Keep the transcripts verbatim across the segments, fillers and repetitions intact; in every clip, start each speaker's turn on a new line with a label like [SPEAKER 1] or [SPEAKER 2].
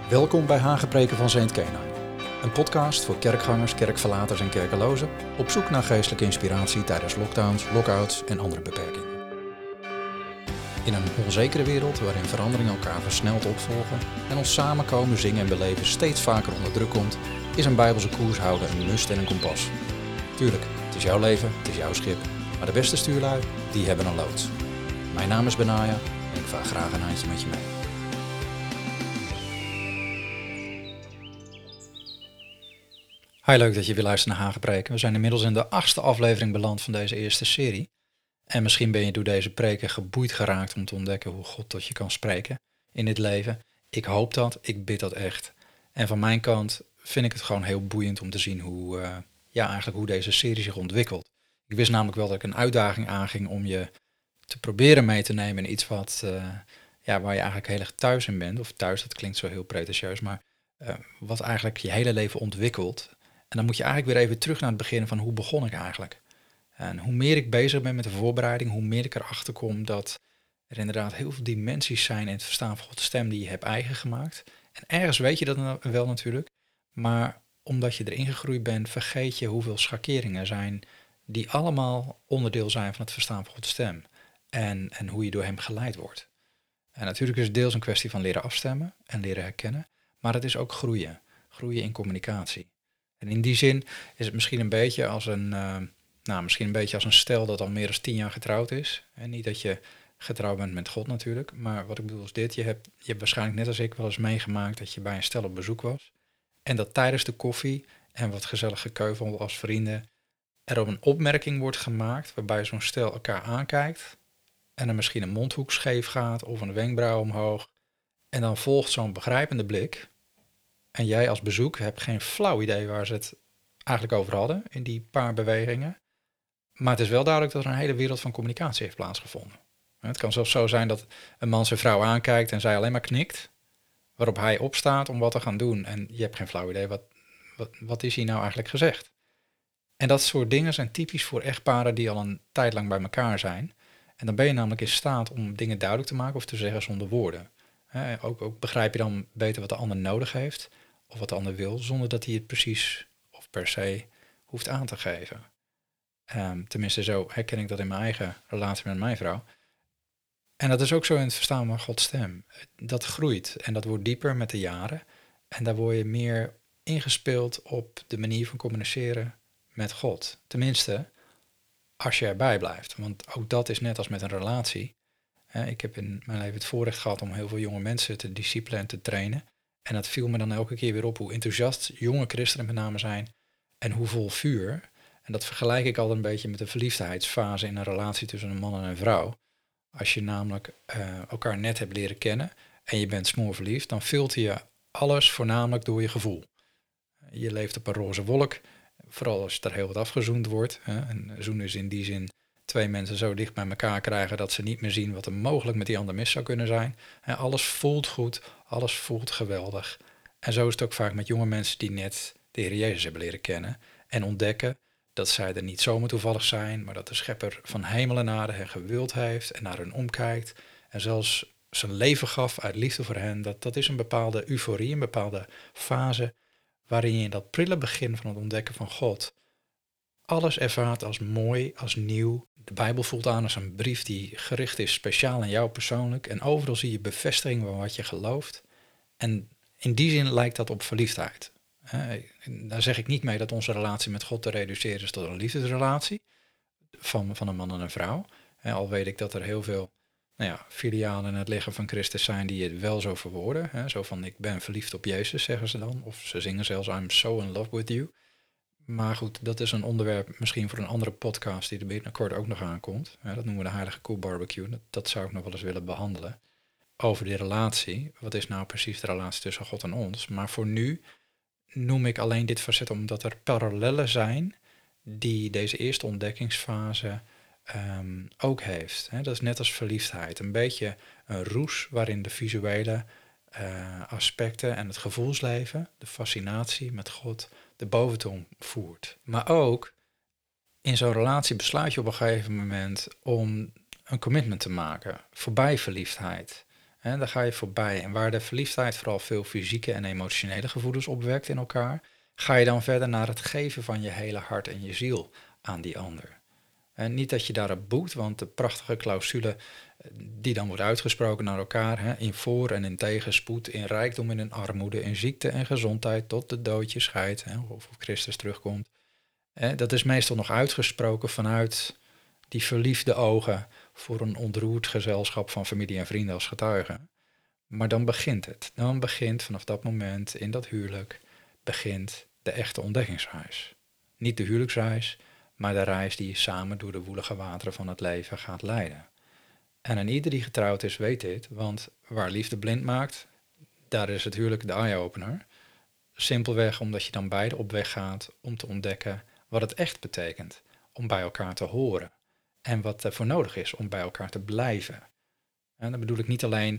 [SPEAKER 1] Welkom bij Hagepreken van Saint Kenai. Een podcast voor kerkgangers, kerkverlaters en kerkelozen op zoek naar geestelijke inspiratie tijdens lockdowns, lockouts en andere beperkingen. In een onzekere wereld waarin veranderingen elkaar versneld opvolgen en ons samenkomen, zingen en beleven steeds vaker onder druk komt, is een bijbelse koers houden een must en een kompas. Tuurlijk, het is jouw leven, het is jouw schip, maar de beste stuurlui, die hebben een loods. Mijn naam is Benaya en ik vaar graag een handje met je mee. Hi, leuk dat je weer luistert naar Hagepreken. We zijn inmiddels in de achtste aflevering beland van deze eerste serie. En misschien ben je door deze preken geboeid geraakt om te ontdekken hoe God tot je kan spreken in dit leven. Ik hoop dat, ik bid dat echt. En van mijn kant vind ik het gewoon heel boeiend om te zien hoe, uh, ja, eigenlijk hoe deze serie zich ontwikkelt. Ik wist namelijk wel dat ik een uitdaging aanging om je te proberen mee te nemen in iets wat, uh, ja, waar je eigenlijk heel erg thuis in bent. Of thuis, dat klinkt zo heel pretentieus, maar uh, wat eigenlijk je hele leven ontwikkelt. En dan moet je eigenlijk weer even terug naar het begin van hoe begon ik eigenlijk. En hoe meer ik bezig ben met de voorbereiding, hoe meer ik erachter kom dat er inderdaad heel veel dimensies zijn in het verstaan van Gods stem die je hebt eigen gemaakt. En ergens weet je dat wel natuurlijk, maar omdat je erin gegroeid bent, vergeet je hoeveel schakeringen er zijn die allemaal onderdeel zijn van het verstaan van Gods stem. En, en hoe je door hem geleid wordt. En natuurlijk is het deels een kwestie van leren afstemmen en leren herkennen, maar het is ook groeien. Groeien in communicatie. En in die zin is het misschien een beetje als een, uh, nou, misschien een beetje als een stel dat al meer dan tien jaar getrouwd is. En niet dat je getrouwd bent met God natuurlijk, maar wat ik bedoel is dit. Je hebt, je hebt waarschijnlijk net als ik wel eens meegemaakt dat je bij een stel op bezoek was. En dat tijdens de koffie en wat gezellig gekeuvel als vrienden er op een opmerking wordt gemaakt waarbij zo'n stel elkaar aankijkt. En er misschien een mondhoek scheef gaat of een wenkbrauw omhoog. En dan volgt zo'n begrijpende blik. En jij als bezoek hebt geen flauw idee waar ze het eigenlijk over hadden in die paar bewegingen. Maar het is wel duidelijk dat er een hele wereld van communicatie heeft plaatsgevonden. Het kan zelfs zo zijn dat een man zijn vrouw aankijkt en zij alleen maar knikt. Waarop hij opstaat om wat te gaan doen. En je hebt geen flauw idee, wat, wat, wat is hier nou eigenlijk gezegd? En dat soort dingen zijn typisch voor echtparen die al een tijd lang bij elkaar zijn. En dan ben je namelijk in staat om dingen duidelijk te maken of te zeggen zonder woorden. He, ook, ook begrijp je dan beter wat de ander nodig heeft. Of wat de ander wil, zonder dat hij het precies of per se hoeft aan te geven. Um, tenminste, zo herken ik dat in mijn eigen relatie met mijn vrouw. En dat is ook zo in het verstaan van Gods stem. Dat groeit en dat wordt dieper met de jaren. En daar word je meer ingespeeld op de manier van communiceren met God. Tenminste, als je erbij blijft. Want ook dat is net als met een relatie. Ik heb in mijn leven het voorrecht gehad om heel veel jonge mensen te discipelen en te trainen. En dat viel me dan elke keer weer op hoe enthousiast jonge christenen met name zijn en hoe vol vuur. En dat vergelijk ik altijd een beetje met de verliefdheidsfase in een relatie tussen een man en een vrouw. Als je namelijk uh, elkaar net hebt leren kennen en je bent smoorverliefd, dan filter je alles voornamelijk door je gevoel. Je leeft op een roze wolk, vooral als er heel wat afgezoend wordt. Hè. En zoen is in die zin twee mensen zo dicht bij elkaar krijgen dat ze niet meer zien wat er mogelijk met die ander mis zou kunnen zijn. He, alles voelt goed, alles voelt geweldig. En zo is het ook vaak met jonge mensen die net de Heer Jezus hebben leren kennen en ontdekken dat zij er niet zomaar toevallig zijn, maar dat de Schepper van hemel en aarde hen gewild heeft en naar hen omkijkt en zelfs zijn leven gaf uit liefde voor hen. Dat, dat is een bepaalde euforie, een bepaalde fase waarin je in dat prille begin van het ontdekken van God alles ervaart als mooi, als nieuw. De Bijbel voelt aan als een brief die gericht is speciaal aan jou persoonlijk. En overal zie je bevestiging van wat je gelooft. En in die zin lijkt dat op verliefdheid. He, daar zeg ik niet mee dat onze relatie met God te reduceren is tot een liefdesrelatie. Van, van een man en een vrouw. He, al weet ik dat er heel veel nou ja, filialen in het lichaam van Christus zijn die het wel zo verwoorden. He, zo van ik ben verliefd op Jezus, zeggen ze dan. Of ze zingen zelfs I'm so in love with you. Maar goed, dat is een onderwerp misschien voor een andere podcast die er binnenkort ook nog aankomt. Ja, dat noemen we de Heilige Koe Barbecue. Dat, dat zou ik nog wel eens willen behandelen. Over die relatie. Wat is nou precies de relatie tussen God en ons? Maar voor nu noem ik alleen dit facet omdat er parallellen zijn die deze eerste ontdekkingsfase um, ook heeft. He, dat is net als verliefdheid. Een beetje een roes waarin de visuele uh, aspecten en het gevoelsleven, de fascinatie met God, de boventoon voert. Maar ook in zo'n relatie besluit je op een gegeven moment om een commitment te maken voorbij verliefdheid. Hè, daar ga je voorbij. En waar de verliefdheid vooral veel fysieke en emotionele gevoelens opwekt in elkaar, ga je dan verder naar het geven van je hele hart en je ziel aan die ander. En niet dat je daarop boekt, want de prachtige clausule eh, die dan wordt uitgesproken naar elkaar, hè, in voor- en in tegenspoed, in rijkdom en in armoede, in ziekte en gezondheid, tot de dood je scheidt, hè, of, of Christus terugkomt. Hè, dat is meestal nog uitgesproken vanuit die verliefde ogen voor een ontroerd gezelschap van familie en vrienden als getuigen. Maar dan begint het. Dan begint vanaf dat moment in dat huwelijk, begint de echte ontdekkingsreis. Niet de huwelijksreis, maar de reis die je samen door de woelige wateren van het leven gaat leiden. En aan ieder die getrouwd is weet dit, want waar liefde blind maakt, daar is het huwelijk de eye-opener. Simpelweg omdat je dan beide op weg gaat om te ontdekken wat het echt betekent om bij elkaar te horen. En wat er voor nodig is om bij elkaar te blijven. En dan bedoel ik niet alleen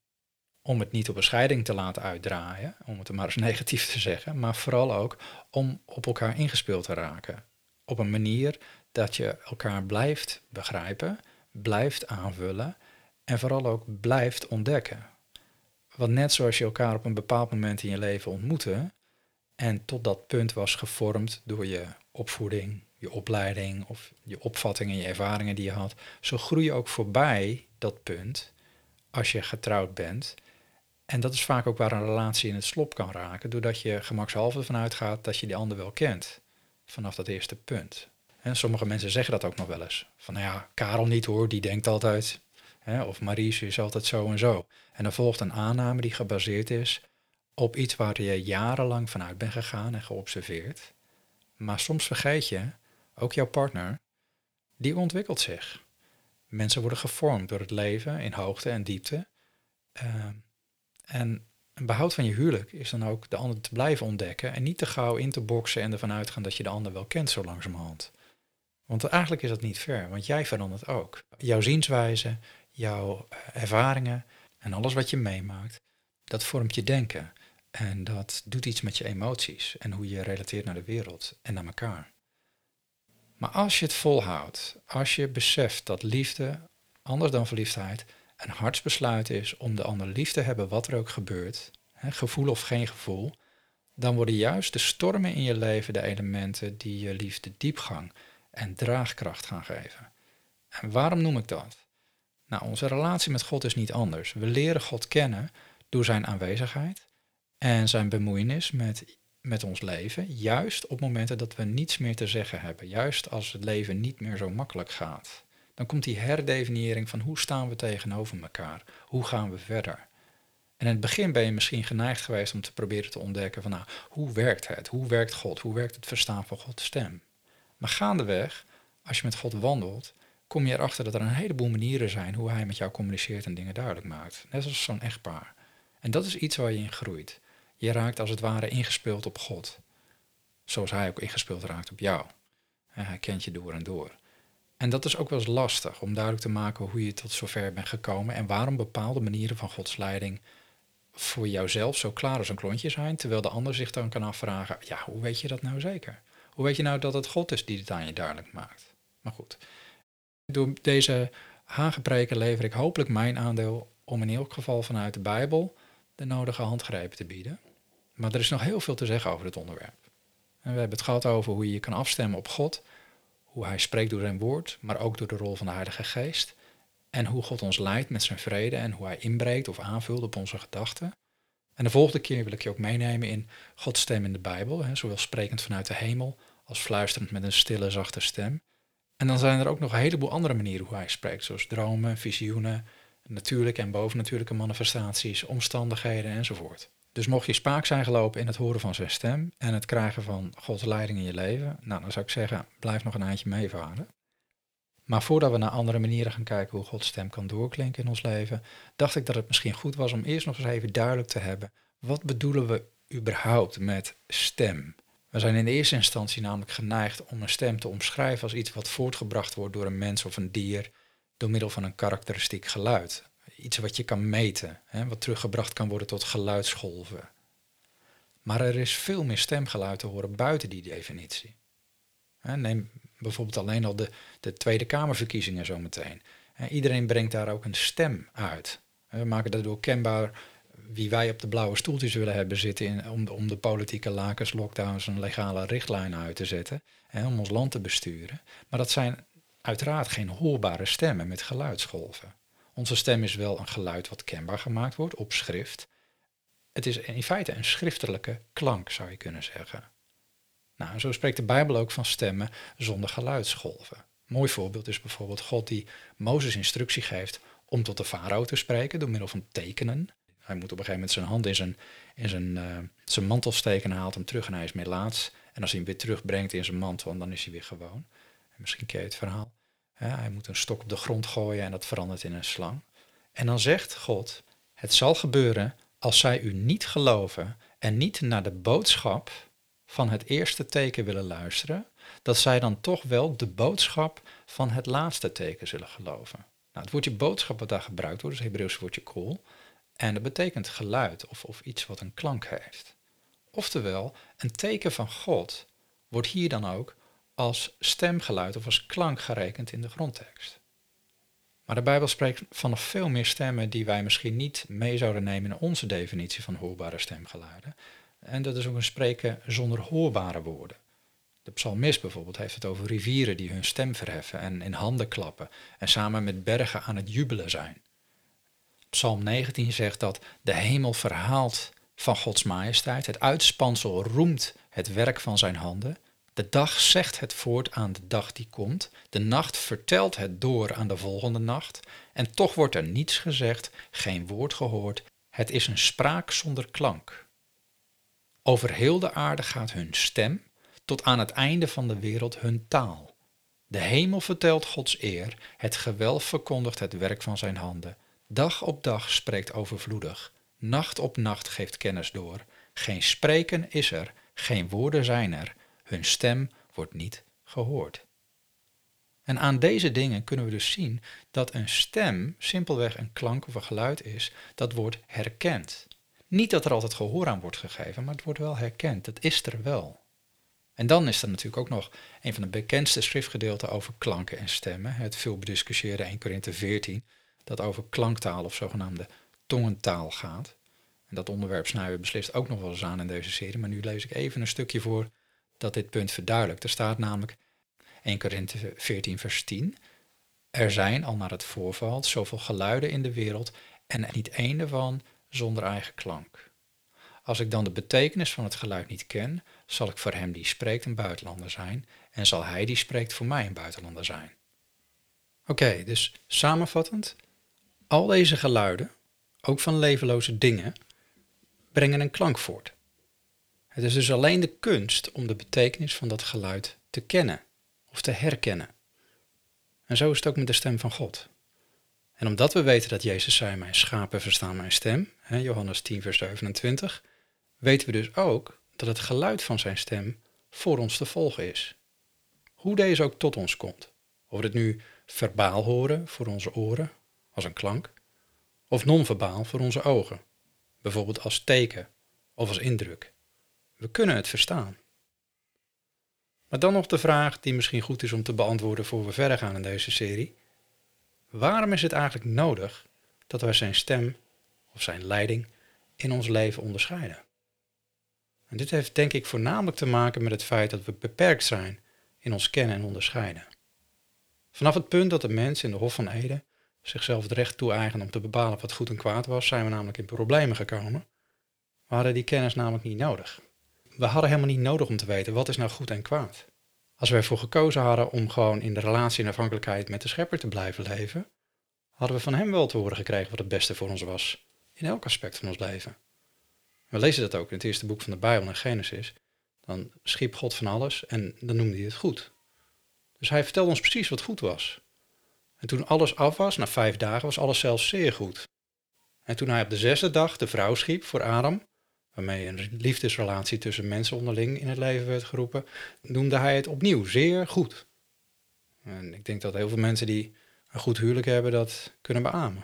[SPEAKER 1] om het niet op een scheiding te laten uitdraaien, om het maar eens negatief te zeggen, maar vooral ook om op elkaar ingespeeld te raken. Op een manier dat je elkaar blijft begrijpen, blijft aanvullen en vooral ook blijft ontdekken. Want net zoals je elkaar op een bepaald moment in je leven ontmoette en tot dat punt was gevormd door je opvoeding, je opleiding of je opvattingen, je ervaringen die je had, zo groei je ook voorbij dat punt als je getrouwd bent. En dat is vaak ook waar een relatie in het slop kan raken, doordat je gemakshalve ervan uitgaat dat je die ander wel kent, vanaf dat eerste punt. En sommige mensen zeggen dat ook nog wel eens. Van nou ja, Karel niet hoor, die denkt altijd, hè, of Maries is altijd zo en zo. En dan volgt een aanname die gebaseerd is op iets waar je jarenlang vanuit bent gegaan en geobserveerd. Maar soms vergeet je, ook jouw partner, die ontwikkelt zich. Mensen worden gevormd door het leven in hoogte en diepte. Uh, En een behoud van je huwelijk is dan ook de ander te blijven ontdekken en niet te gauw in te boksen en ervan uitgaan dat je de ander wel kent zo langzamerhand. Want eigenlijk is dat niet fair, want jij verandert ook. Jouw zienswijze, jouw ervaringen en alles wat je meemaakt, dat vormt je denken. En dat doet iets met je emoties en hoe je relateert naar de wereld en naar elkaar. Maar als je het volhoudt, als je beseft dat liefde, anders dan verliefdheid, een hartsbesluit is om de ander lief te hebben wat er ook gebeurt, hè, gevoel of geen gevoel, dan worden juist de stormen in je leven de elementen die je liefde diepgang en draagkracht gaan geven. En waarom noem ik dat? Nou, onze relatie met God is niet anders. We leren God kennen door zijn aanwezigheid en zijn bemoeienis met, met ons leven, juist op momenten dat we niets meer te zeggen hebben, juist als het leven niet meer zo makkelijk gaat. Dan komt die herdefiniëring van hoe staan we tegenover elkaar, hoe gaan we verder. En in het begin ben je misschien geneigd geweest om te proberen te ontdekken van nou, hoe werkt het, hoe werkt God, hoe werkt het verstaan van Gods stem. Maar gaandeweg, als je met God wandelt, kom je erachter dat er een heleboel manieren zijn hoe hij met jou communiceert en dingen duidelijk maakt. Net als zo'n echtpaar. En dat is iets waar je in groeit. Je raakt als het ware ingespeeld op God. Zoals hij ook ingespeeld raakt op jou. En hij kent je door en door. En dat is ook wel eens lastig om duidelijk te maken hoe je tot zover bent gekomen en waarom bepaalde manieren van Gods leiding voor jouzelf zo klaar als een klontje zijn, terwijl de ander zich dan kan afvragen, ja, hoe weet je dat nou zeker? Hoe weet je nou dat het God is die het aan je duidelijk maakt? Maar goed, door deze hagepreken lever ik hopelijk mijn aandeel om in elk geval vanuit de Bijbel de nodige handgrepen te bieden. Maar er is nog heel veel te zeggen over het onderwerp. En we hebben het gehad over hoe je je kan afstemmen op God, hoe hij spreekt door zijn woord, maar ook door de rol van de Heilige Geest. En hoe God ons leidt met zijn vrede en hoe hij inbreekt of aanvult op onze gedachten. En de volgende keer wil ik je ook meenemen in Gods stem in de Bijbel, hè, zowel sprekend vanuit de hemel als fluisterend met een stille, zachte stem. En dan zijn er ook nog een heleboel andere manieren hoe hij spreekt, zoals dromen, visioenen, natuurlijke en bovennatuurlijke manifestaties, omstandigheden enzovoort. Dus mocht je spaak zijn gelopen in het horen van zijn stem en het krijgen van Gods leiding in je leven, nou dan zou ik zeggen, blijf nog een eindje meevaren. Maar voordat we naar andere manieren gaan kijken hoe Gods stem kan doorklinken in ons leven, dacht ik dat het misschien goed was om eerst nog eens even duidelijk te hebben, wat bedoelen we überhaupt met stem? We zijn in de eerste instantie namelijk geneigd om een stem te omschrijven als iets wat voortgebracht wordt door een mens of een dier door middel van een karakteristiek geluid. Iets wat je kan meten, hè, wat teruggebracht kan worden tot geluidsgolven. Maar er is veel meer stemgeluid te horen buiten die definitie. Hè, neem bijvoorbeeld alleen al de, de Tweede Kamerverkiezingen zometeen. Hè, iedereen brengt daar ook een stem uit. We maken daardoor kenbaar wie wij op de blauwe stoeltjes willen hebben zitten in, om, de, om de politieke lakens, lockdowns en legale richtlijnen uit te zetten. En om ons land te besturen. Maar dat zijn uiteraard geen hoorbare stemmen met geluidsgolven. Onze stem is wel een geluid wat kenbaar gemaakt wordt op schrift. Het is in feite een schriftelijke klank, zou je kunnen zeggen. Nou, zo spreekt de Bijbel ook van stemmen zonder geluidsgolven. Een mooi voorbeeld is bijvoorbeeld God die Mozes instructie geeft om tot de farao te spreken door middel van tekenen. Hij moet op een gegeven moment zijn hand in zijn, in zijn, uh, zijn mantel steken en haalt hem terug en hij is melaats. En als hij hem weer terugbrengt in zijn mantel, dan is hij weer gewoon. En misschien ken je het verhaal. Ja, hij moet een stok op de grond gooien en dat verandert in een slang. En dan zegt God, het zal gebeuren als zij u niet geloven en niet naar de boodschap van het eerste teken willen luisteren, dat zij dan toch wel de boodschap van het laatste teken zullen geloven. Nou, het woordje boodschap wat daar gebruikt wordt, is het Hebreeuwse woordje kol. En dat betekent geluid of, of iets wat een klank heeft. Oftewel, een teken van God wordt hier dan ook als stemgeluid of als klank gerekend in de grondtekst. Maar de Bijbel spreekt van nog veel meer stemmen die wij misschien niet mee zouden nemen in onze definitie van hoorbare stemgeluiden. En dat is ook een spreken zonder hoorbare woorden. De psalmist bijvoorbeeld heeft het over rivieren die hun stem verheffen en in handen klappen en samen met bergen aan het jubelen zijn. Psalm negentien zegt dat de hemel verhaalt van Gods majesteit, het uitspansel roemt het werk van zijn handen, de dag zegt het voort aan de dag die komt, de nacht vertelt het door aan de volgende nacht, en toch wordt er niets gezegd, geen woord gehoord, het is een spraak zonder klank. Over heel de aarde gaat hun stem, tot aan het einde van de wereld hun taal. De hemel vertelt Gods eer, het gewelf verkondigt het werk van zijn handen. Dag op dag spreekt overvloedig, nacht op nacht geeft kennis door. Geen spreken is er, geen woorden zijn er, hun stem wordt niet gehoord. En aan deze dingen kunnen we dus zien dat een stem simpelweg een klank of een geluid is dat wordt herkend. Niet dat er altijd gehoor aan wordt gegeven, maar het wordt wel herkend, het is er wel. En dan is er natuurlijk ook nog een van de bekendste schriftgedeelten over klanken en stemmen, het veel bediscussieerde Eerste Korinthe veertien, dat over klanktaal of zogenaamde tongentaal gaat. En dat onderwerp snijden we beslist ook nog wel eens aan in deze serie, maar nu lees ik even een stukje voor dat dit punt verduidelijkt. Er staat namelijk Eerste Korinthe veertien vers tien. Er zijn, al naar het voorvalt, zoveel geluiden in de wereld en niet één daarvan zonder eigen klank. Als ik dan de betekenis van het geluid niet ken, zal ik voor hem die spreekt een buitenlander zijn en zal hij die spreekt voor mij een buitenlander zijn. Oké, okay, dus samenvattend, al deze geluiden, ook van levenloze dingen, brengen een klank voort. Het is dus alleen de kunst om de betekenis van dat geluid te kennen of te herkennen. En zo is het ook met de stem van God. En omdat we weten dat Jezus zei, mijn schapen verstaan mijn stem, hè, Johannes tien vers zevenentwintig, weten we dus ook dat het geluid van zijn stem voor ons te volgen is. Hoe deze ook tot ons komt. Of we het nu verbaal horen voor onze oren, als een klank, of non-verbaal voor onze ogen, bijvoorbeeld als teken of als indruk. We kunnen het verstaan. Maar dan nog de vraag die misschien goed is om te beantwoorden voor we verder gaan in deze serie. Waarom is het eigenlijk nodig dat wij zijn stem of zijn leiding in ons leven onderscheiden? En dit heeft denk ik voornamelijk te maken met het feit dat we beperkt zijn in ons kennen en onderscheiden. Vanaf het punt dat de mens in de Hof van Eden zichzelf het recht toe-eigende om te bepalen wat goed en kwaad was, zijn we namelijk in problemen gekomen. We hadden die kennis namelijk niet nodig. We hadden helemaal niet nodig om te weten wat is nou goed en kwaad. Als wij ervoor gekozen hadden om gewoon in de relatie en afhankelijkheid met de Schepper te blijven leven, hadden we van hem wel te horen gekregen wat het beste voor ons was, in elk aspect van ons leven. We lezen dat ook in het eerste boek van de Bijbel, in Genesis. Dan schiep God van alles en dan noemde hij het goed. Dus hij vertelde ons precies wat goed was. En toen alles af was, na vijf dagen, was alles zelfs zeer goed. En toen hij op de zesde dag de vrouw schiep voor Adam, waarmee een liefdesrelatie tussen mensen onderling in het leven werd geroepen, noemde hij het opnieuw zeer goed. En ik denk dat heel veel mensen die een goed huwelijk hebben dat kunnen beamen.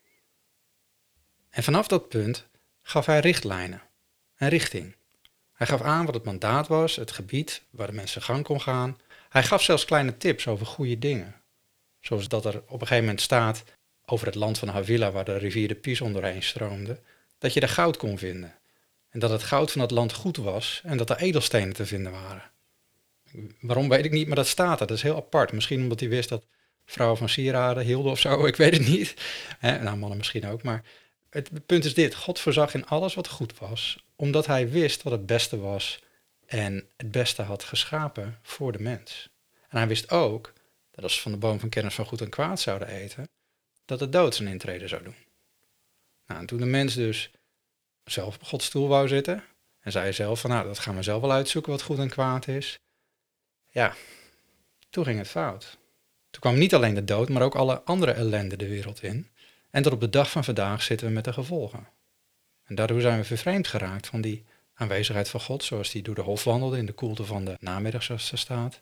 [SPEAKER 1] En vanaf dat punt gaf hij richtlijnen en richting. Hij gaf aan wat het mandaat was, het gebied waar de mensen gang kon gaan. Hij gaf zelfs kleine tips over goede dingen. Zoals dat er op een gegeven moment staat, over het land van Havilah, waar de rivier de Pison doorheen stroomde, dat je er goud kon vinden. En dat het goud van dat land goed was en dat er edelstenen te vinden waren. Waarom weet ik niet, maar dat staat er. Dat is heel apart. Misschien omdat hij wist dat vrouwen van sieraden hielden of zo, ik weet het niet. Hè, nou, mannen misschien ook, maar het punt is dit. God voorzag in alles wat goed was, omdat hij wist wat het beste was en het beste had geschapen voor de mens. En hij wist ook dat als ze van de boom van kennis van goed en kwaad zouden eten, dat de dood zijn intrede zou doen. Nou, en toen de mens dus zelf op Gods stoel wou zitten en zei zelf van, nou, dat gaan we zelf wel uitzoeken wat goed en kwaad is. Ja, toen ging het fout. Toen kwam niet alleen de dood, maar ook alle andere ellende de wereld in. En tot op de dag van vandaag zitten we met de gevolgen. En daardoor zijn we vervreemd geraakt van die aanwezigheid van God, zoals die door de hof wandelde in de koelte van de namiddag, zoals er staat.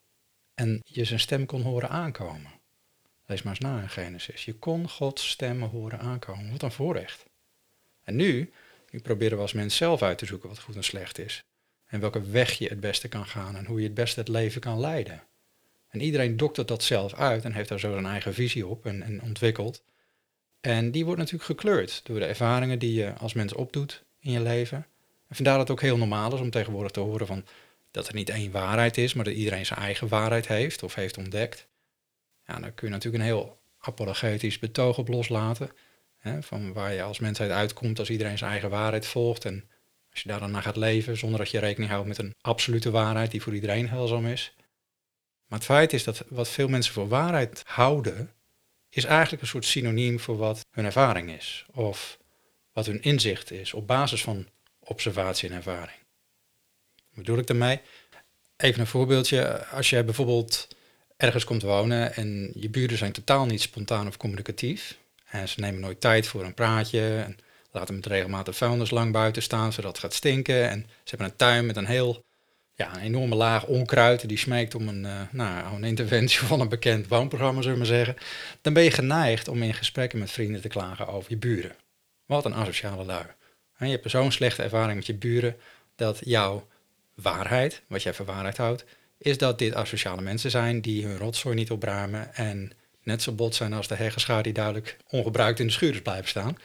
[SPEAKER 1] En je zijn stem kon horen aankomen. Lees maar eens na in Genesis. Je kon Gods stem horen aankomen. Wat een voorrecht. En nu, nu proberen we als mens zelf uit te zoeken wat goed en slecht is. En welke weg je het beste kan gaan en hoe je het beste het leven kan leiden. En iedereen doktert dat zelf uit en heeft daar zo zijn eigen visie op en, en ontwikkelt. En die wordt natuurlijk gekleurd door de ervaringen die je als mens opdoet in je leven. En vandaar dat het ook heel normaal is om tegenwoordig te horen van dat er niet één waarheid is, maar dat iedereen zijn eigen waarheid heeft of heeft ontdekt. Ja, dan kun je natuurlijk een heel apologetisch betoog op loslaten. Hè, van waar je als mensheid uitkomt als iedereen zijn eigen waarheid volgt. En als je daar dan naar gaat leven zonder dat je rekening houdt met een absolute waarheid die voor iedereen heilzaam is. Maar het feit is dat wat veel mensen voor waarheid houden, is eigenlijk een soort synoniem voor wat hun ervaring is. Of wat hun inzicht is op basis van observatie en ervaring. Wat bedoel ik daarmee? Even een voorbeeldje. Als je bijvoorbeeld ergens komt wonen en je buren zijn totaal niet spontaan of communicatief. En ze nemen nooit tijd voor een praatje en laten met regelmatig vuilnis lang buiten staan zodat het gaat stinken. En ze hebben een tuin met een heel, ja, een enorme laag onkruid die smeekt om een, uh, nou, een interventie van een bekend woonprogramma, zullen we maar zeggen. Dan ben je geneigd om in gesprekken met vrienden te klagen over je buren. Wat een asociale lui. En je hebt zo'n slechte ervaring met je buren dat jouw waarheid, wat jij voor waarheid houdt, is dat dit asociale mensen zijn die hun rotzooi niet opruimen en net zo bot zijn als de heggenschaar die duidelijk ongebruikt in de schuur is blijven staan.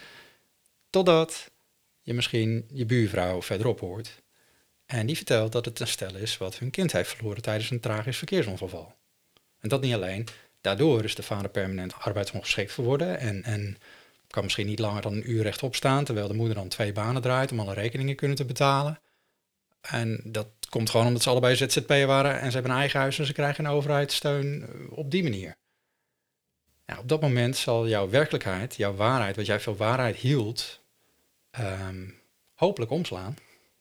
[SPEAKER 1] Totdat je misschien je buurvrouw verderop hoort en die vertelt dat het een stel is wat hun kind heeft verloren tijdens een tragisch verkeersongeval. En dat niet alleen. Daardoor is de vader permanent arbeidsongeschikt geworden en, en kan misschien niet langer dan een uur rechtop staan, terwijl de moeder dan twee banen draait om alle rekeningen kunnen te betalen. En dat komt gewoon omdat ze allebei Z Z P'er waren en ze hebben een eigen huis en ze krijgen een overheidssteun op die manier. Ja, op dat moment zal jouw werkelijkheid, jouw waarheid, wat jij voor waarheid hield, um, hopelijk omslaan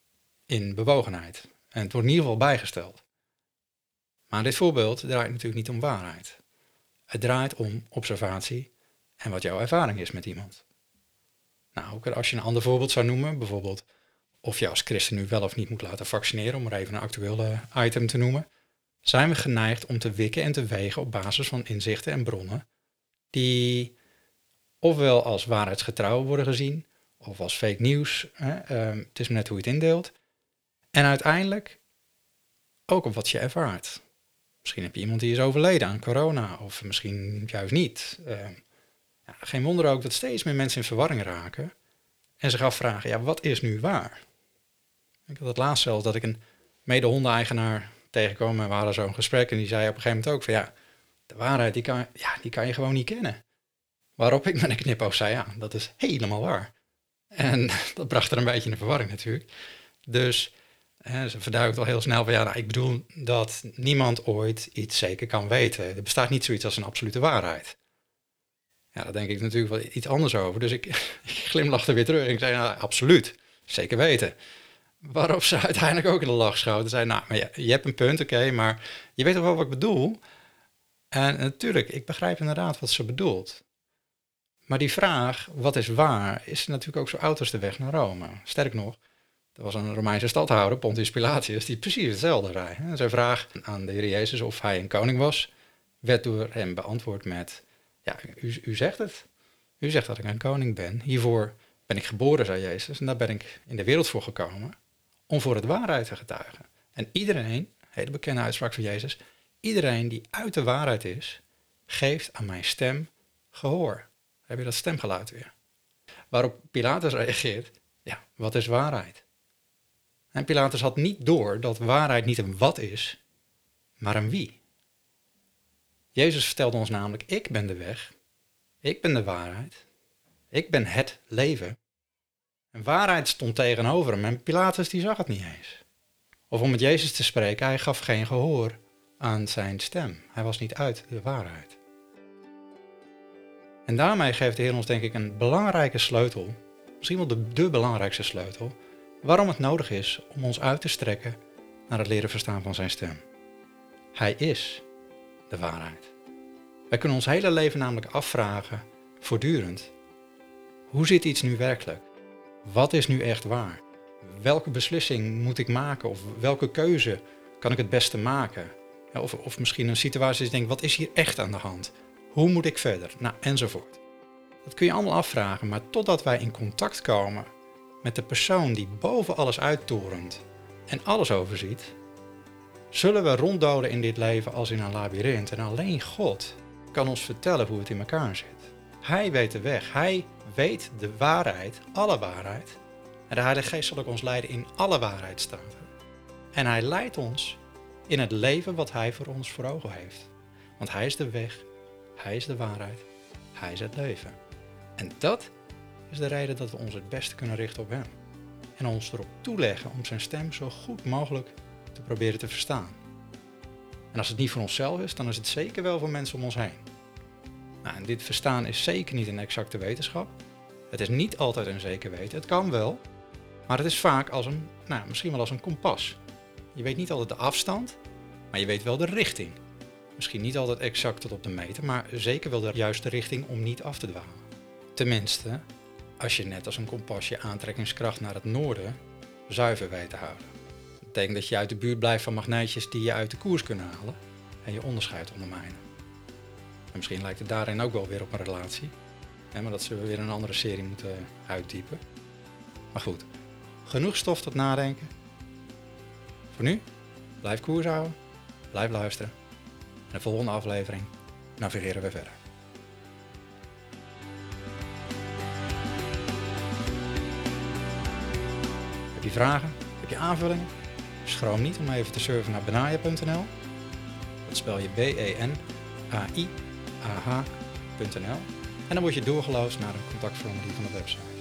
[SPEAKER 1] in bewogenheid. En het wordt in ieder geval bijgesteld. Maar dit voorbeeld draait natuurlijk niet om waarheid. Het draait om observatie en wat jouw ervaring is met iemand. Nou, ook als je een ander voorbeeld zou noemen, bijvoorbeeld of je als christen nu wel of niet moet laten vaccineren, om maar even een actueel item te noemen, zijn we geneigd om te wikken en te wegen op basis van inzichten en bronnen die ofwel als waarheidsgetrouw worden gezien, of als fake nieuws. Hè, um, het is maar net hoe je het indeelt. En uiteindelijk ook op wat je ervaart. Misschien heb je iemand die is overleden aan corona, of misschien juist niet. Uh, ja, geen wonder ook dat steeds meer mensen in verwarring raken en zich afvragen, ja, wat is nu waar? Ik had het laatst zelfs dat ik een mede-hondeneigenaar tegenkwam en we hadden zo'n gesprek en die zei op een gegeven moment ook van ja, de waarheid die kan, ja, die kan je gewoon niet kennen. Waarop ik met een knipoog zei, ja, dat is helemaal waar. En dat bracht er een beetje in de verwarring natuurlijk. Dus hè, ze verduidelijkt al heel snel van ja, nou, ik bedoel dat niemand ooit iets zeker kan weten. Er bestaat niet zoiets als een absolute waarheid. Ja, daar denk ik natuurlijk wel iets anders over. Dus ik, ik glimlachte weer terug en ik zei, nou, absoluut, zeker weten. Waarop ze uiteindelijk ook in de lach schoot en zei, nou, maar je, je hebt een punt, oké, okay, maar je weet toch wel wat ik bedoel? En natuurlijk, ik begrijp inderdaad wat ze bedoelt. Maar die vraag, wat is waar, is natuurlijk ook zo oud als de weg naar Rome. Sterk nog, er was een Romeinse stadhouder, Pontius Pilatius, die precies hetzelfde zei. En zijn vraag aan de Heer Jezus of hij een koning was, werd door hem beantwoord met, ja, u, u zegt het. U zegt dat ik een koning ben. Hiervoor ben ik geboren, zei Jezus, en daar ben ik in de wereld voor gekomen, om voor het waarheid te getuigen. En iedereen, hele bekende uitspraak van Jezus, iedereen die uit de waarheid is, geeft aan mijn stem gehoor. Heb je dat stemgeluid weer? Waarop Pilatus reageert, ja, wat is waarheid? En Pilatus had niet door dat waarheid niet een wat is, maar een wie. Jezus vertelde ons namelijk, ik ben de weg, ik ben de waarheid, ik ben het leven. En waarheid stond tegenover hem en Pilatus die zag het niet eens. Of om met Jezus te spreken, hij gaf geen gehoor aan zijn stem. Hij was niet uit de waarheid. En daarmee geeft de Heer ons denk ik een belangrijke sleutel, misschien wel de, de belangrijkste sleutel, waarom het nodig is om ons uit te strekken naar het leren verstaan van zijn stem. Hij is de waarheid. Wij kunnen ons hele leven namelijk afvragen, voortdurend, hoe zit iets nu werkelijk? Wat is nu echt waar? Welke beslissing moet ik maken of welke keuze kan ik het beste maken? Of, of misschien een situatie dat je denkt, wat is hier echt aan de hand? Hoe moet ik verder? Nou, enzovoort. Dat kun je allemaal afvragen, maar totdat wij in contact komen met de persoon die boven alles uittorent en alles overziet, zullen we ronddolen in dit leven als in een labyrint. En alleen God kan ons vertellen hoe het in elkaar zit. Hij weet de weg, hij weet de waarheid, alle waarheid. En de Heilige Geest zal ook ons leiden in alle waarheid staan. En hij leidt ons in het leven wat hij voor ons voor ogen heeft. Want hij is de weg, hij is de waarheid, hij is het leven. En dat is de reden dat we ons het beste kunnen richten op hem. En ons erop toeleggen om zijn stem zo goed mogelijk te proberen te verstaan. En als het niet voor onszelf is, dan is het zeker wel voor mensen om ons heen. Nou, en dit verstaan is zeker niet een exacte wetenschap. Het is niet altijd een zeker weten. Het kan wel, maar het is vaak als een, nou, misschien wel als een kompas. Je weet niet altijd de afstand, maar je weet wel de richting. Misschien niet altijd exact tot op de meter, maar zeker wel de juiste richting om niet af te dwalen. Tenminste, als je net als een kompas je aantrekkingskracht naar het noorden zuiver weet te houden. Dat betekent dat je uit de buurt blijft van magneetjes die je uit de koers kunnen halen en je onderscheid ondermijnen. En misschien lijkt het daarin ook wel weer op een relatie, hè, maar dat zullen we weer in een andere serie moeten uitdiepen. Maar goed, genoeg stof tot nadenken. Voor nu, blijf koers houden, blijf luisteren. In de volgende aflevering navigeren we verder. Heb je vragen? Heb je aanvullingen? Schroom niet om even te surfen naar benaya punt n l. Dat spel je B E N A I A H punt n l. En dan word je doorgeloosd naar een contactformulier van de website.